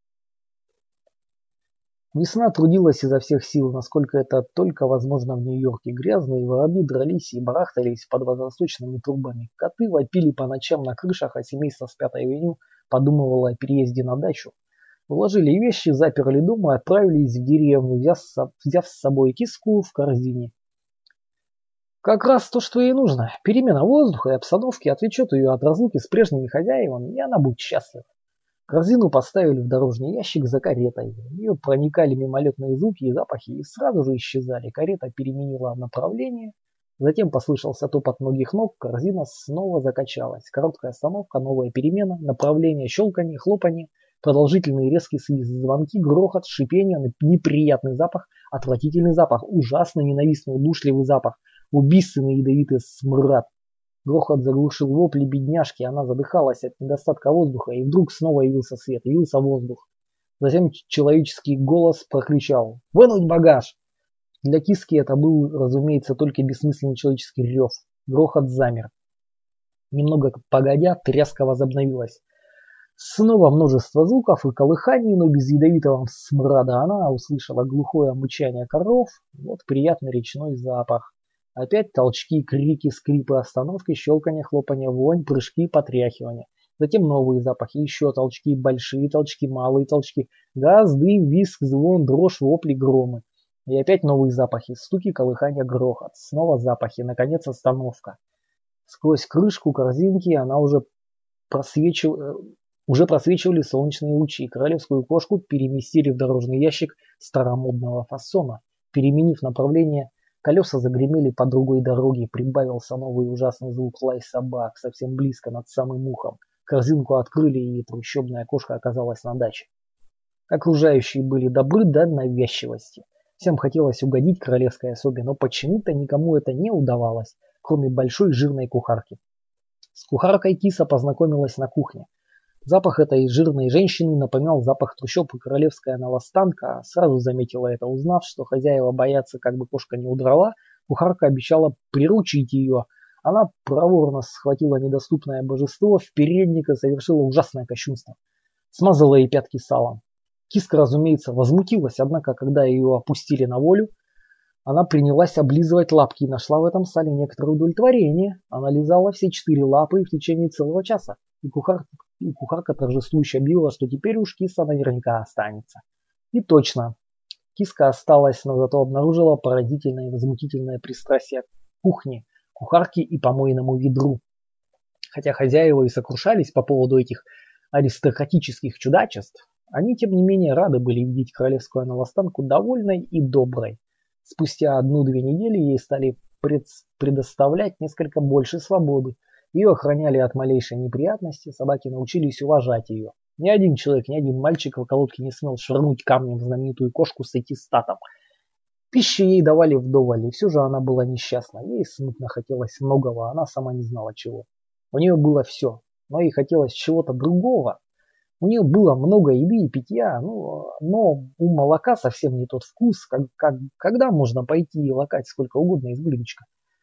Весна трудилась изо всех сил, насколько это только возможно в Нью-Йорке. Грязные воробьи дрались и барахтались под водосточными трубами. Коты вопили по ночам на крышах, а семейство с Пятой авеню подумывало о переезде на дачу. Уложили вещи, заперли дом и отправились в деревню, взяв с собой киску в корзине. Как раз то, что ей нужно. Перемена воздуха и обстановки отвлечет ее от разлуки с прежними хозяевами, и она будет счастлива. Корзину поставили в дорожный ящик за каретой. В нее проникали мимолетные звуки и запахи и сразу же исчезали. Карета переменила направление. Затем послышался топот многих ног, корзина снова закачалась. Короткая остановка, новая перемена, направление, щелканье, хлопанье, продолжительные резкие звонки, грохот, шипение, неприятный запах, отвратительный запах, ужасный, ненавистный, удушливый запах, убийственный ядовитый смрад. Грохот заглушил вопли бедняжки, она задыхалась от недостатка воздуха, и вдруг снова явился свет, явился воздух. Затем человеческий голос прокричал: «Вынуть багаж!» Для киски это был, разумеется, только бессмысленный человеческий рев. Грохот замер. Немного погодя, тряска возобновилась. Снова множество звуков и колыханий, но без ядовитого смрада. Она услышала глухое мычание коров, вот приятный речной запах. Опять толчки, крики, скрипы, остановки, щелканье, хлопанье, вонь, прыжки, потряхивания. Затем новые запахи, еще толчки, большие толчки, малые толчки, газ, дым, визг, звон, дрожь, вопли, громы. И опять новые запахи, стуки, колыхания, грохот. Снова запахи, наконец остановка. Сквозь крышку корзинки она уже просвечивали солнечные лучи. Королевскую кошку переместили в дорожный ящик старомодного фасона. Переменив направление, колеса загремели по другой дороге, прибавился новый ужасный звук лай собак, совсем близко над самым ухом. Корзинку открыли, и трущобная кошка оказалась на даче. Окружающие были добры до навязчивости. Всем хотелось угодить королевской особе, но почему-то никому это не удавалось, кроме большой жирной кухарки. С кухаркой киса познакомилась на кухне. Запах этой жирной женщины напоминал запах трущоб, и королевская новостанка сразу заметила это, узнав, что хозяева боятся, как бы кошка не удрала. Кухарка обещала приручить ее. Она проворно схватила недоступное божество в передник и совершила ужасное кощунство. Смазала ей пятки салом. Киска, разумеется, возмутилась, однако, когда ее опустили на волю, она принялась облизывать лапки и нашла в этом сале некоторое удовлетворение. Она лизала все 4 лапы в течение целого часа. И кухарка торжествующе объявила, что теперь уж киса наверняка останется. И точно, киска осталась, но зато обнаружила поразительное и возмутительное пристрастие к кухне, кухарке и помойному ведру. Хотя хозяева и сокрушались по поводу этих аристократических чудачеств, они, тем не менее, рады были видеть королевскую новостанку довольной и доброй. Спустя 1-2 недели ей стали предоставлять несколько больше свободы. Ее охраняли от малейшей неприятности, собаки научились уважать ее. Ни один человек, ни один мальчик в околотке не смел швырнуть камнем в знаменитую кошку с аттестатом. Пищи ей давали вдоволь, и все же она была несчастна. Ей смутно хотелось многого, она сама не знала чего. У нее было все, но ей хотелось чего-то другого. У нее было много еды и питья, но у молока совсем не тот вкус, когда можно пойти и лакать сколько угодно из блюдечка.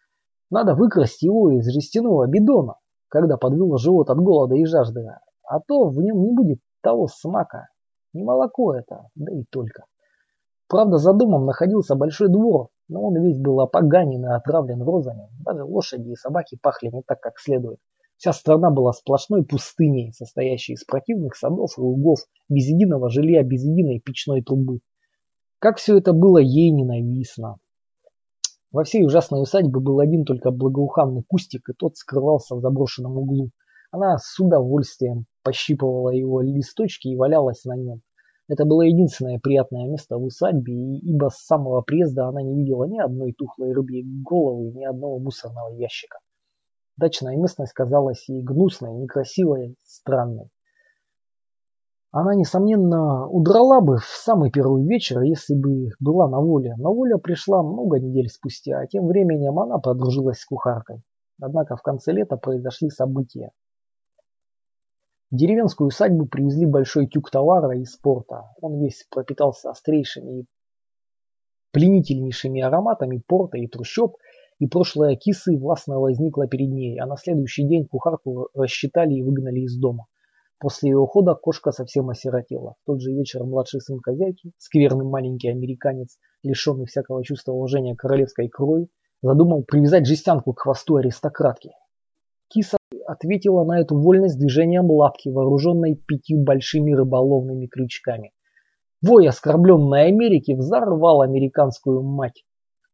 Надо выкрасть его из жестяного бидона, когда подвело живот от голода и жажды, а то в нем не будет того смака. Не молоко это, да и только. Правда, за домом находился большой двор, но он весь был опоганен и отравлен розами. Даже лошади и собаки пахли не так, как следует. Вся страна была сплошной пустыней, состоящей из противных садов и лугов, без единого жилья, без единой печной трубы. Как все это было ей ненавистно. Во всей ужасной усадьбе был один только благоуханный кустик, и тот скрывался в заброшенном углу. Она с удовольствием пощипывала его листочки и валялась на нем. Это было единственное приятное место в усадьбе, ибо с самого приезда она не видела ни одной тухлой рыбьей головы, ни одного мусорного ящика. Дачная местность казалась ей гнусной, некрасивой, странной. Она, несомненно, удрала бы в самый первый вечер, если бы была на воле. Но воля пришла много недель спустя, а тем временем она подружилась с кухаркой. Однако в конце лета произошли события. В деревенскую усадьбу привезли большой тюк товара из порта. Он весь пропитался острейшими и пленительнейшими ароматами порта и трущоб, и прошлая кисы властно возникла перед ней, а на следующий день кухарку рассчитали и выгнали из дома. После ее ухода кошка совсем осиротела. В тот же вечер младший сын хозяйки, скверный маленький американец, лишенный всякого чувства уважения королевской крови, задумал привязать жестянку к хвосту аристократки. Киса ответила на эту вольность движением лапки, вооруженной 5 большими рыболовными крючками. Вой оскорбленной Америки взорвал американскую мать.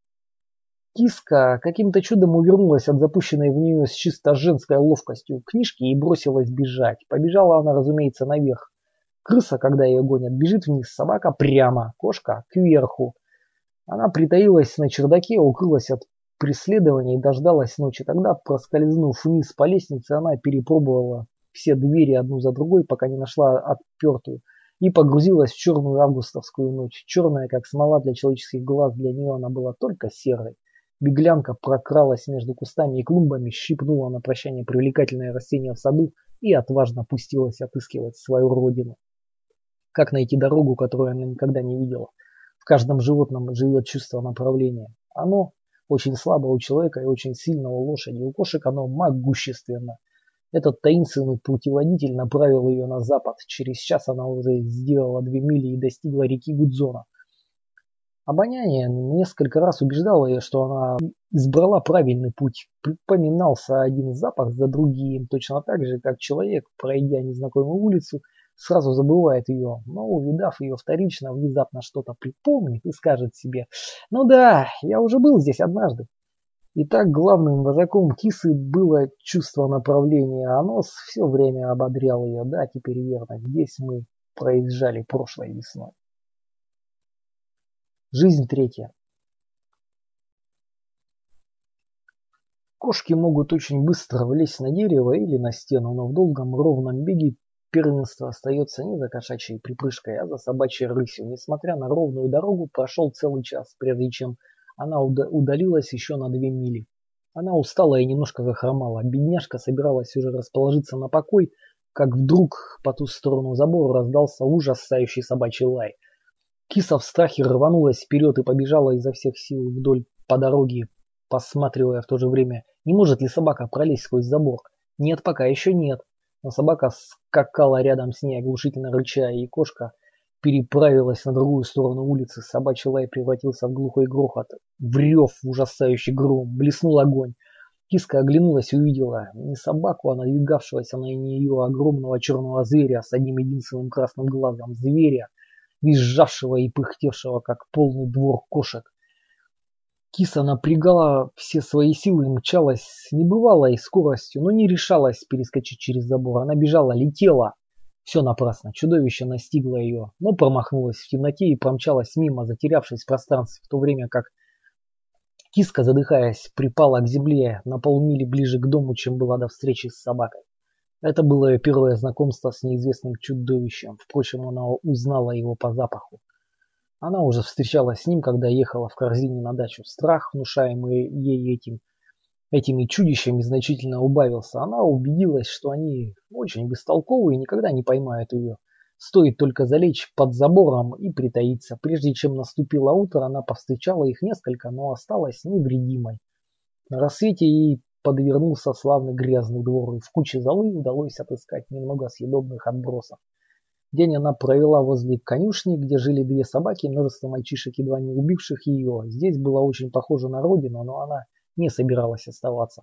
Киска каким-то чудом увернулась от запущенной в нее с чисто женской ловкостью книжки и бросилась бежать. Побежала она, разумеется, наверх. Крыса, когда ее гонят, бежит вниз, собака прямо, кошка кверху. Она притаилась на чердаке, укрылась от преследования и дождалась ночи. Тогда, проскользнув вниз по лестнице, она перепробовала все двери одну за другой, пока не нашла отпертую, и погрузилась в черную августовскую ночь. Черная, как смола для человеческих глаз, для нее она была только серой. Беглянка прокралась между кустами и клумбами, щипнула на прощание привлекательное растение в саду и отважно пустилась отыскивать свою родину. Как найти дорогу, которую она никогда не видела? В каждом животном живет чувство направления. Оно очень слабо у человека и очень сильно у лошади. У кошек оно могущественно. Этот таинственный путеводитель направил ее на запад. Через час она уже сделала 2 мили и достигла реки Гудзона. Обоняние несколько раз убеждало ее, что она избрала правильный путь. Припоминался один запах за другим, точно так же, как человек, пройдя незнакомую улицу, сразу забывает ее, но, увидав ее вторично, внезапно что-то припомнит и скажет себе: «Ну да, я уже был здесь однажды». Итак, главным вожаком кисы было чувство направления, а нос все время ободрял ее. Да, теперь верно, здесь мы проезжали прошлой весной. Жизнь третья. Кошки могут очень быстро влезть на дерево или на стену, но в долгом ровном беге первенство остается не за кошачьей припрыжкой, а за собачьей рысью. Несмотря на ровную дорогу, прошел целый час, прежде чем она удалилась еще на 2 мили. Она устала и немножко захромала. Бедняжка собиралась уже расположиться на покой, как вдруг по ту сторону забора раздался ужасающий собачий лай. Киса в страхе рванулась вперед и побежала изо всех сил вдоль по дороге, посматривая в то же время, не может ли собака пролезть сквозь забор. Нет, пока еще нет. Но собака скакала рядом с ней, оглушительно рыча, и кошка переправилась на другую сторону улицы. Собачий лай превратился в глухой грохот, в рев, в ужасающий гром. Блеснул огонь. Киска оглянулась и увидела не собаку, а надвигавшегося на нее огромного черного зверя с одним единственным красным глазом. Зверя, визжавшего и пыхтевшего, как полный двор кошек. Киса напрягала все свои силы и мчалась с небывалой скоростью, но не решалась перескочить через забор. Она бежала, летела. Все напрасно. Чудовище настигло ее, но промахнулось в темноте и промчалась мимо, затерявшись в пространстве, в то время как киска, задыхаясь, припала к земле на полмили ближе к дому, чем была до встречи с собакой. Это было ее первое знакомство с неизвестным чудовищем. Впрочем, она узнала его по запаху. Она уже встречалась с ним, когда ехала в корзине на дачу. Страх, внушаемый ей этими чудищами, значительно убавился. Она убедилась, что они очень бестолковые и никогда не поймают ее. Стоит только залечь под забором и притаиться. Прежде чем наступило утро, она повстречала их несколько, но осталась невредимой. На рассвете ей подвернулся славный грязный двор, и в куче золы удалось отыскать немного съедобных отбросов. День она провела возле конюшни, где жили 2 собаки и множество мальчишек, едва не убивших ее. Здесь было очень похоже на родину, но она не собиралась оставаться.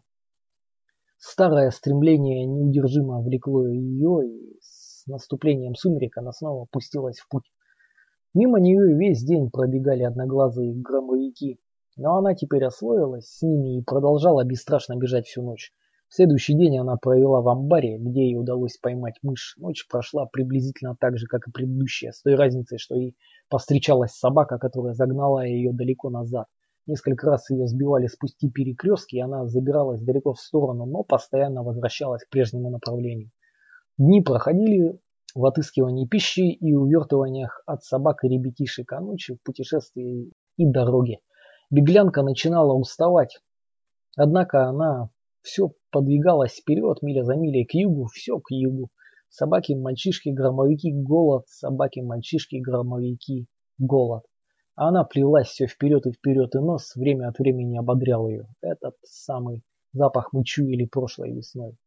Старое стремление неудержимо влекло ее, и с наступлением сумерек она снова пустилась в путь. Мимо нее весь день пробегали одноглазые громовики, но она теперь освоилась с ними и продолжала бесстрашно бежать всю ночь. В следующий день она провела в амбаре, где ей удалось поймать мышь. Ночь прошла приблизительно так же, как и предыдущая, с той разницей, что ей повстречалась собака, которая загнала ее далеко назад. Несколько раз ее сбивали с пути перекрестки, и она забиралась далеко в сторону, но постоянно возвращалась к прежнему направлению. Дни проходили в отыскивании пищи и увертываниях от собак и ребятишек, а ночи в путешествии и дороге. Беглянка начинала уставать, однако она все подвигалась вперед, миля за милей, к югу, все к югу. Собаки, мальчишки, громовики, голод, собаки, мальчишки, громовики, голод. А она плелась все вперед, и нос время от времени ободрял ее. Этот самый запах мы чуяли прошлой весной.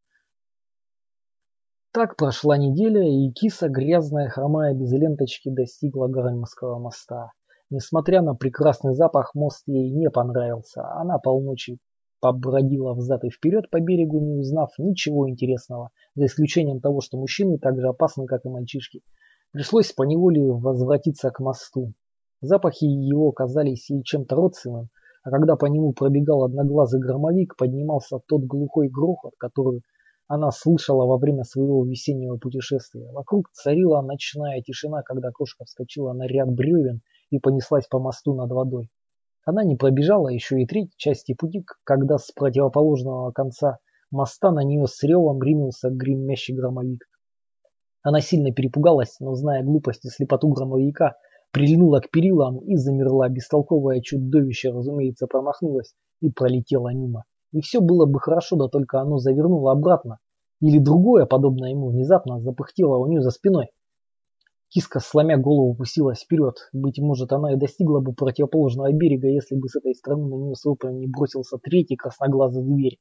Так прошла неделя, и киса, грязная, хромая без ленточки, достигла Гармского моста. Несмотря на прекрасный запах, мост ей не понравился. Она полночи побродила взад и вперед по берегу, не узнав ничего интересного, за исключением того, что мужчины так же опасны, как и мальчишки. Пришлось поневоле возвратиться к мосту. Запахи его казались ей чем-то родственным, а когда по нему пробегал одноглазый громовик, поднимался тот глухой грохот, который она слышала во время своего весеннего путешествия. Вокруг царила ночная тишина, когда кошка вскочила на ряд бревен и понеслась по мосту над водой. Она не пробежала еще и треть части пути, когда с противоположного конца моста на нее с ревом ринулся гремящий громовик. Она сильно перепугалась, но, зная глупость и слепоту громовика, прильнула к перилам и замерла. Бестолковое чудовище, разумеется, промахнулось и пролетело мимо. И все было бы хорошо, да только оно завернуло обратно. Или другое, подобное ему, внезапно запыхтело у нее за спиной. Киска, сломя голову, пустилась вперед. Быть может, она и достигла бы противоположного берега, если бы с этой стороны на нее с воплем не бросился третий красноглазый зверь.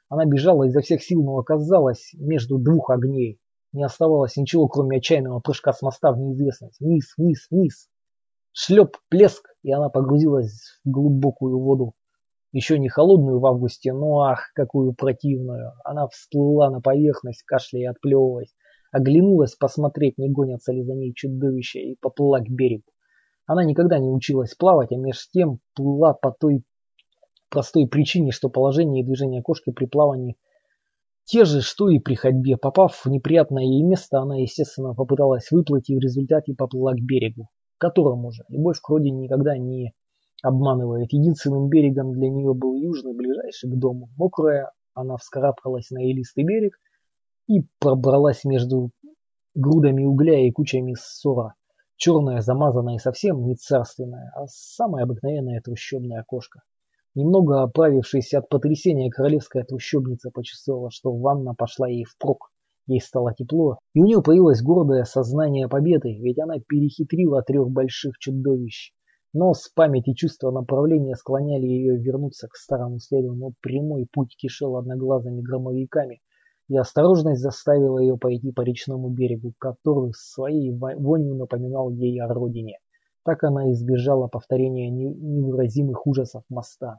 Она бежала изо всех сил, но оказалась между двух огней. Не оставалось ничего, кроме отчаянного прыжка с моста в неизвестность. Вниз, вниз, вниз. Шлеп, плеск, и она погрузилась в глубокую воду. Еще не холодную в августе, но ах, какую противную. Она всплыла на поверхность, кашляя и отплевываясь. Оглянулась посмотреть, не гонятся ли за ней чудовища, и поплыла к берегу. Она никогда не училась плавать, а меж тем плыла по той простой причине, что положение и движение кошки при плавании те же, что и при ходьбе. Попав в неприятное ей место, она, естественно, попыталась выплыть и в результате поплыла к берегу, к которому же любовь к родине никогда не обманывает. Единственным берегом для нее был южный, ближайший к дому. Мокрая, она вскарабкалась на илистый берег и пробралась между грудами угля и кучами ссора. Черная, замазанная и совсем не царственная, а самая обыкновенная трущобная кошка. Немного оправившись от потрясения, королевская трущобница почувствовала, что ванна пошла ей впрок. Ей стало тепло, и у нее появилось гордое сознание победы, ведь она перехитрила 3 больших чудовищ. Но с память и чувство направления склоняли ее вернуться к старому следу, но прямой путь кишел одноглазыми громовиками, и осторожность заставила ее пойти по речному берегу, который своей вонью напоминал ей о родине. Так она избежала повторения невыразимых ужасов моста.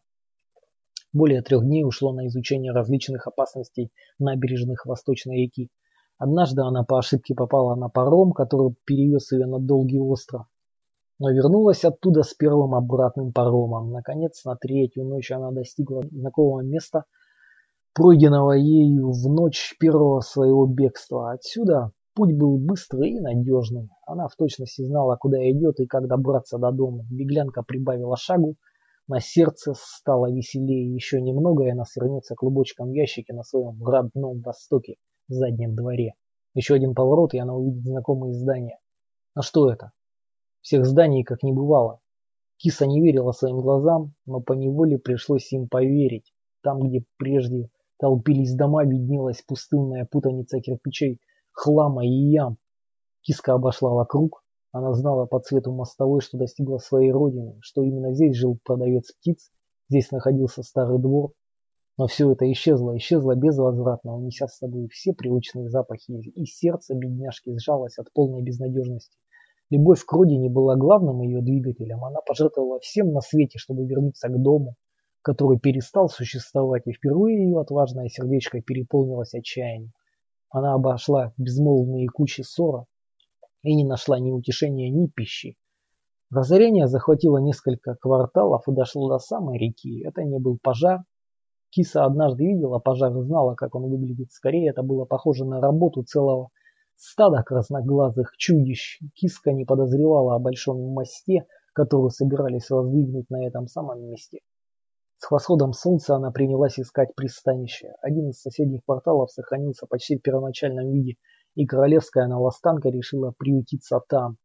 Более 3 дней ушло на изучение различных опасностей набережных Восточной реки. Однажды она по ошибке попала на паром, который перевез ее на долгий остров, но вернулась оттуда с первым обратным паромом. Наконец, на 3-ю ночь она достигла знакомого места, пройденного ею в ночь первого своего бегства. Отсюда путь был быстрый и надежный. Она в точности знала, куда идет и как добраться до дома. Беглянка прибавила шагу, на сердце стало веселее. Еще немного, и она свернется клубочком в ящике на своем родном Востоке, в заднем дворе. Еще один поворот, и она увидит знакомые здания. А что это? Всех зданий как не бывало. Киса не верила своим глазам, но поневоле пришлось им поверить. Там, где прежде толпились дома, виднелась пустынная путаница кирпичей, хлама и ям. Киска обошла вокруг. Она знала по цвету мостовой, что достигла своей родины, что именно здесь жил продавец птиц, здесь находился старый двор. Но все это исчезло безвозвратно, унеся с собой все привычные запахи, и сердце бедняжки сжалось от полной безнадежности. Любовь к родине была главным ее двигателем. Она пожертвовала всем на свете, чтобы вернуться к дому, который перестал существовать, и впервые ее отважное сердечко переполнилось отчаянием. Она обошла безмолвные кучи ссора и не нашла ни утешения, ни пищи. Разорение захватило несколько кварталов и дошло до самой реки. Это не был пожар. Киса однажды видела пожар и знала, как он выглядит. Скорее, это было похоже на работу целого стада красноглазых чудищ. Киска не подозревала о большом мосте, который собирались воздвигнуть на этом самом месте. С восходом солнца она принялась искать пристанище. Один из соседних кварталов сохранился почти в первоначальном виде, и королевская новостанка решила приютиться там.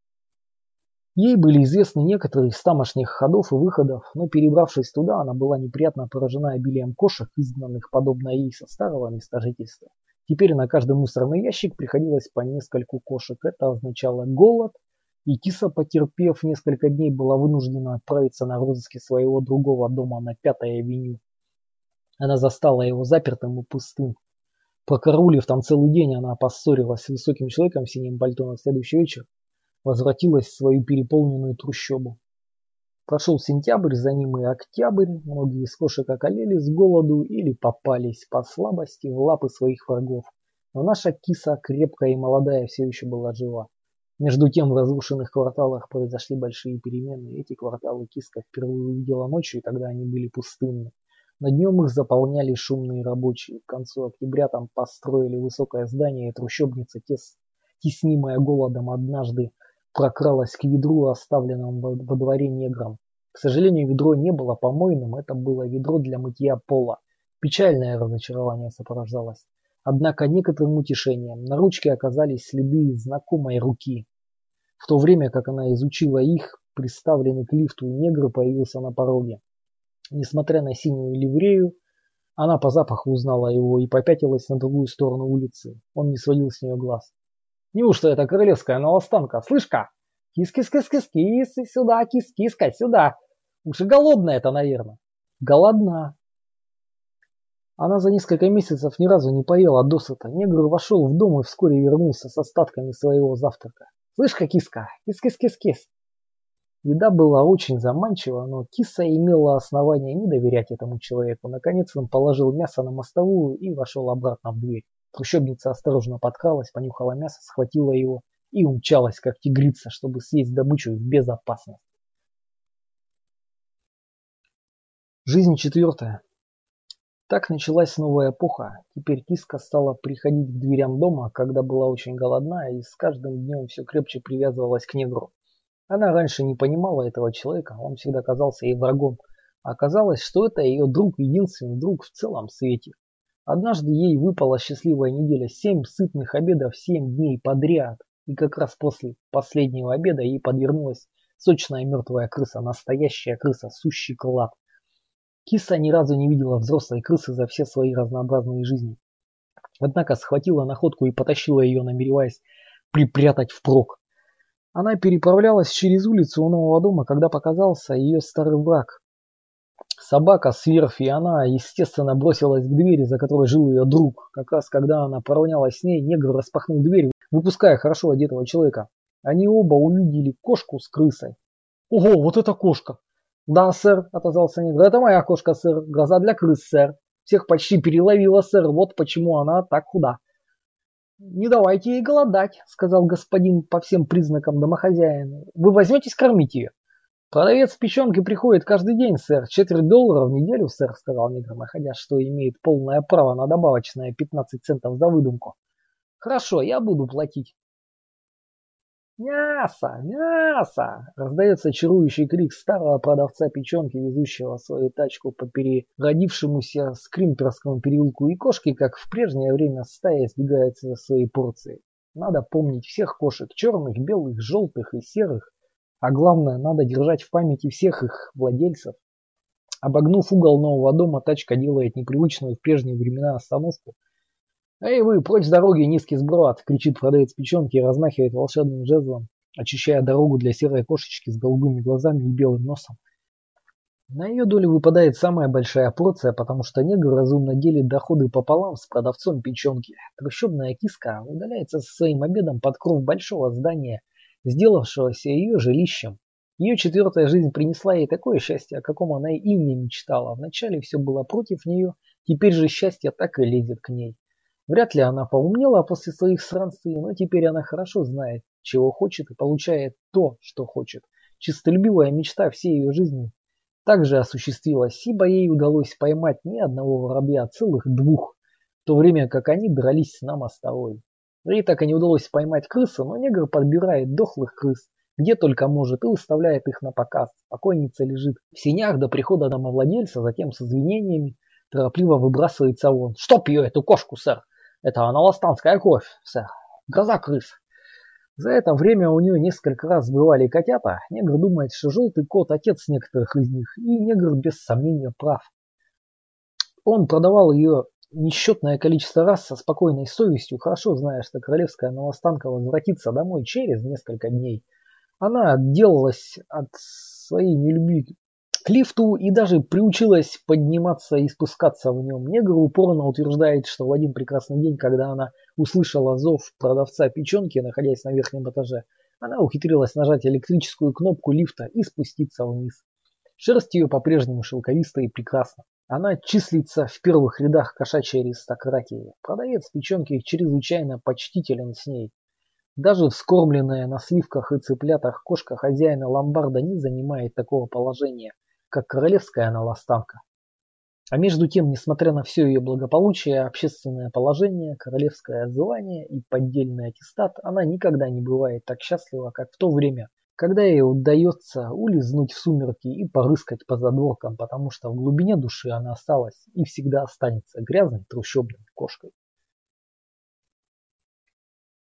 Ей были известны некоторые из тамошних ходов и выходов, но перебравшись туда, она была неприятно поражена обилием кошек, изгнанных, подобно ей, со старого места жительства. Теперь на каждый мусорный ящик приходилось по нескольку кошек. Это означало голод, и Киса, потерпев несколько дней, была вынуждена отправиться на розыски своего другого дома на 5-й авеню. Она застала его запертым и пустым. Прокарулив там целый день, она поссорилась с высоким человеком в синем пальто. На следующий вечер возвратилась в свою переполненную трущобу. Прошел сентябрь, за ним и октябрь. Многие из кошек околели с голоду или попались по слабости в лапы своих врагов. Но наша Киса, крепкая и молодая, все еще была жива. Между тем в разрушенных кварталах произошли большие перемены. Эти кварталы Киска впервые увидела ночью, и тогда они были пустынны. Но днем их заполняли шумные рабочие. К концу октября там построили высокое здание, и трущобница, теснимая голодом, однажды прокралась к ведру, оставленному во дворе негром. К сожалению, ведро не было помойным, это было ведро для мытья пола. Печальное разочарование сопровождалось. Однако некоторым утешением на ручке оказались следы знакомой руки. В то время, как она изучила их, приставленный к лифту негр появился на пороге. Несмотря на синюю ливрею, она по запаху узнала его и попятилась на другую сторону улицы. Он не сводил с нее глаз. «Неужто это королевская новостанка? Слышь-ка! Кис-кис-кис-кис-кис, сюда, кис-киска, сюда! Уж и голодная это, наверное!» «Голодна!» Она за несколько месяцев ни разу не поела досыта. Негр вошел в дом и вскоре вернулся с остатками своего завтрака. «Слышь-ка, киска, кис-кис-кис-кис!» Еда была очень заманчива, но киса имела основания не доверять этому человеку. Наконец он положил мясо на мостовую и вошел обратно в дверь. Трущобница осторожно подкралась, понюхала мясо, схватила его и умчалась, как тигрица, чтобы съесть добычу в безопасность. Жизнь четвертая. Так началась новая эпоха. Теперь киска стала приходить к дверям дома, когда была очень голодна, и с каждым днем все крепче привязывалась к негру. Она раньше не понимала этого человека, он всегда казался ей врагом. А оказалось, что это ее друг, единственный друг в целом свете. Однажды ей выпала счастливая неделя, 7 сытных обедов 7 дней подряд. И как раз после последнего обеда ей подвернулась сочная мертвая крыса, настоящая крыса, сущий клад. Киса ни разу не видела взрослой крысы за все свои разнообразные жизни. Однако схватила находку и потащила ее, намереваясь припрятать впрок. Она переправлялась через улицу у нового дома, когда показался ее старый враг. Собака с верфи, и она, естественно, бросилась к двери, за которой жил ее друг. Как раз когда она поравнялась с ней, негр распахнул дверь, выпуская хорошо одетого человека. Они оба увидели кошку с крысой. «Ого, вот это кошка!» «Да, сэр», — отозвался негр, — «это моя кошка, сэр. Гроза для крыс, сэр. Всех почти переловила, сэр. Вот почему она так худа». «Не давайте ей голодать», — сказал господин по всем признакам домохозяина. «Вы возьметесь кормить ее?» «Продавец печенки приходит каждый день, сэр. $4 в неделю, сэр», — сказал негр, находя, что имеет полное право на добавочное 15 центов за выдумку. «Хорошо, я буду платить». «Мясо! Мясо!» — раздается чарующий крик старого продавца печенки, везущего свою тачку по переродившемуся Скримперскому переулку, и кошки, как в прежнее время, стая избегаются за своей порции. Надо помнить всех кошек, черных, белых, желтых и серых, а главное, надо держать в памяти всех их владельцев. Обогнув угол нового дома, тачка делает непривычную в прежние времена остановку. «Эй вы, прочь с дороги, низкий сброд!» — кричит продавец печенки и размахивает волшебным жезлом, очищая дорогу для серой кошечки с голубыми глазами и белым носом. На ее долю выпадает самая большая порция, потому что негр разумно делит доходы пополам с продавцом печенки. Трущобная киска удаляется со своим обедом под кров большого здания, сделавшегося ее жилищем. Ее четвертая жизнь принесла ей такое счастье, о каком она и не мечтала. Вначале все было против нее, теперь же счастье так и лезет к ней. Вряд ли она поумнела после своих странствий, но теперь она хорошо знает, чего хочет, и получает то, что хочет. Чистолюбивая мечта всей ее жизни также осуществилась, ибо ей удалось поймать не одного воробья, а целых 2, в то время как они дрались на мостовой. Ей так и не удалось поймать крысу, но негр подбирает дохлых крыс, где только может, и выставляет их на показ. Покойница лежит в сенях до прихода домовладельца, затем с извинениями торопливо выбрасывается вон. «Чтоб ее, эту кошку, сэр! Это аналастанская кровь, сэр! Гроза крыс!» За это время у нее несколько раз бывали котята. Негр думает, что желтый кот отец некоторых из них, и негр без сомнения прав. Он продавал ее несчетное количество раз со спокойной совестью, хорошо зная, что королевская новостанка возвратится домой через несколько дней. Она отделалась от своей нелюбви к лифту и даже приучилась подниматься и спускаться в нем. Негр упорно утверждает, что в один прекрасный день, когда она услышала зов продавца печенки, находясь на верхнем этаже, она ухитрилась нажать электрическую кнопку лифта и спуститься вниз. Шерсть ее по-прежнему шелковистая и прекрасна. Она числится в первых рядах кошачьей аристократии. Продавец печенки чрезвычайно почтителен с ней. Даже вскормленная на сливках и цыплятах кошка хозяина ломбарда не занимает такого положения, как королевская аналастанка. А между тем, несмотря на все ее благополучие, общественное положение, королевское звание и поддельный аттестат, она никогда не бывает так счастлива, как в то время, когда ей удается улизнуть в сумерки и порыскать по задворкам, потому что в глубине души она осталась и всегда останется грязной трущобной кошкой.